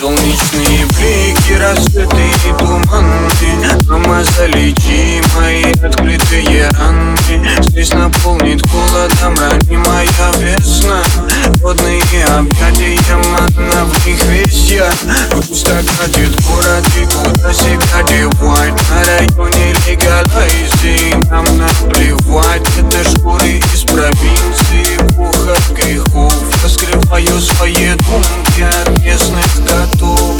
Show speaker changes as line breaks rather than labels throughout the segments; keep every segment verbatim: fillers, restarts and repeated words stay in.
Солнечные блики, рассветы и туманы. Мама, залечи мои открытые раны. Здесь наполнит холодом ранимая весна. Водные объятия, манна, в них весь я. Густо катит город, и куда себя девать. На районе легалайзии нам наплевать. Это шкуры из провинции, пух от грехов. Раскрываю свои думки от местных котов.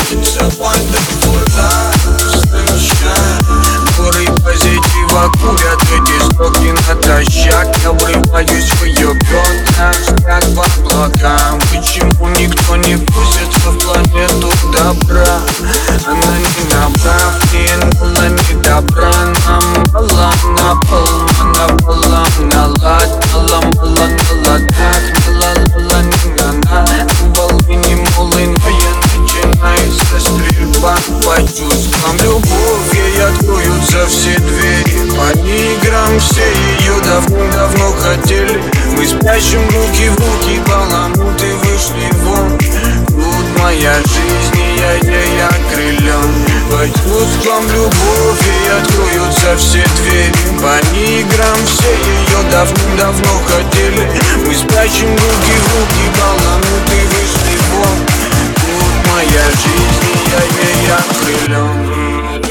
Горы позитива курят эти стоки натощак. Я врываюсь в ее бедра, взгляд в облака. Почему никто не пустится в планету добра? Она не направьте, она не добра. Нам мало на пол, она мало на лад. Мало, мало на ладах, мало, мало не на на. Волны молы, но я начинается стрельба. По чувствам любовь, ей откроются все двери. По играм все ее давно-давно хотели. Мы спящим руки в руки, баламуты вышли вон. Тут моя жизнь, и я ей окрылен. По чувствам любовь, ей откроются все двери. По играм все ее давно-давно хотели. Мы спящим руки в руки, баламуты вышли вон. Тут моя жизнь, и я ей окрылен.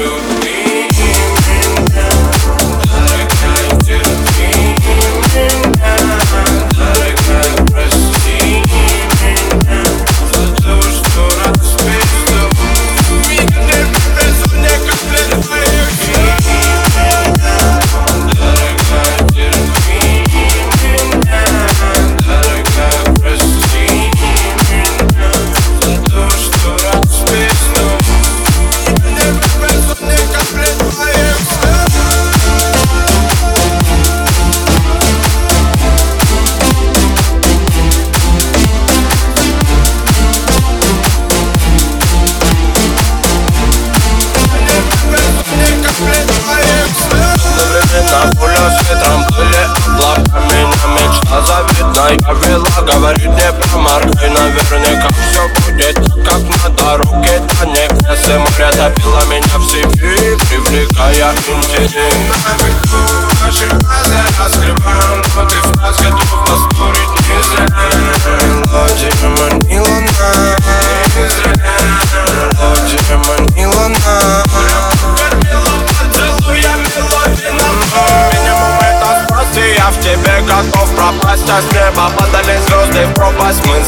Я вела, говорит, не проморгай. Наверняка все будет как надо. Руки до небес, и море топило меня в себе, привлекая интерес. На виду наши глаза раскрываем, но ты в нас готов поспорить не зря. Лодия манила нас, не зря. Лодия манила нас. Кормила поцелуями, ловином. Минимум это спас, и я в тебе готов пропасть. А с неба падали звезды в пропасть. Мы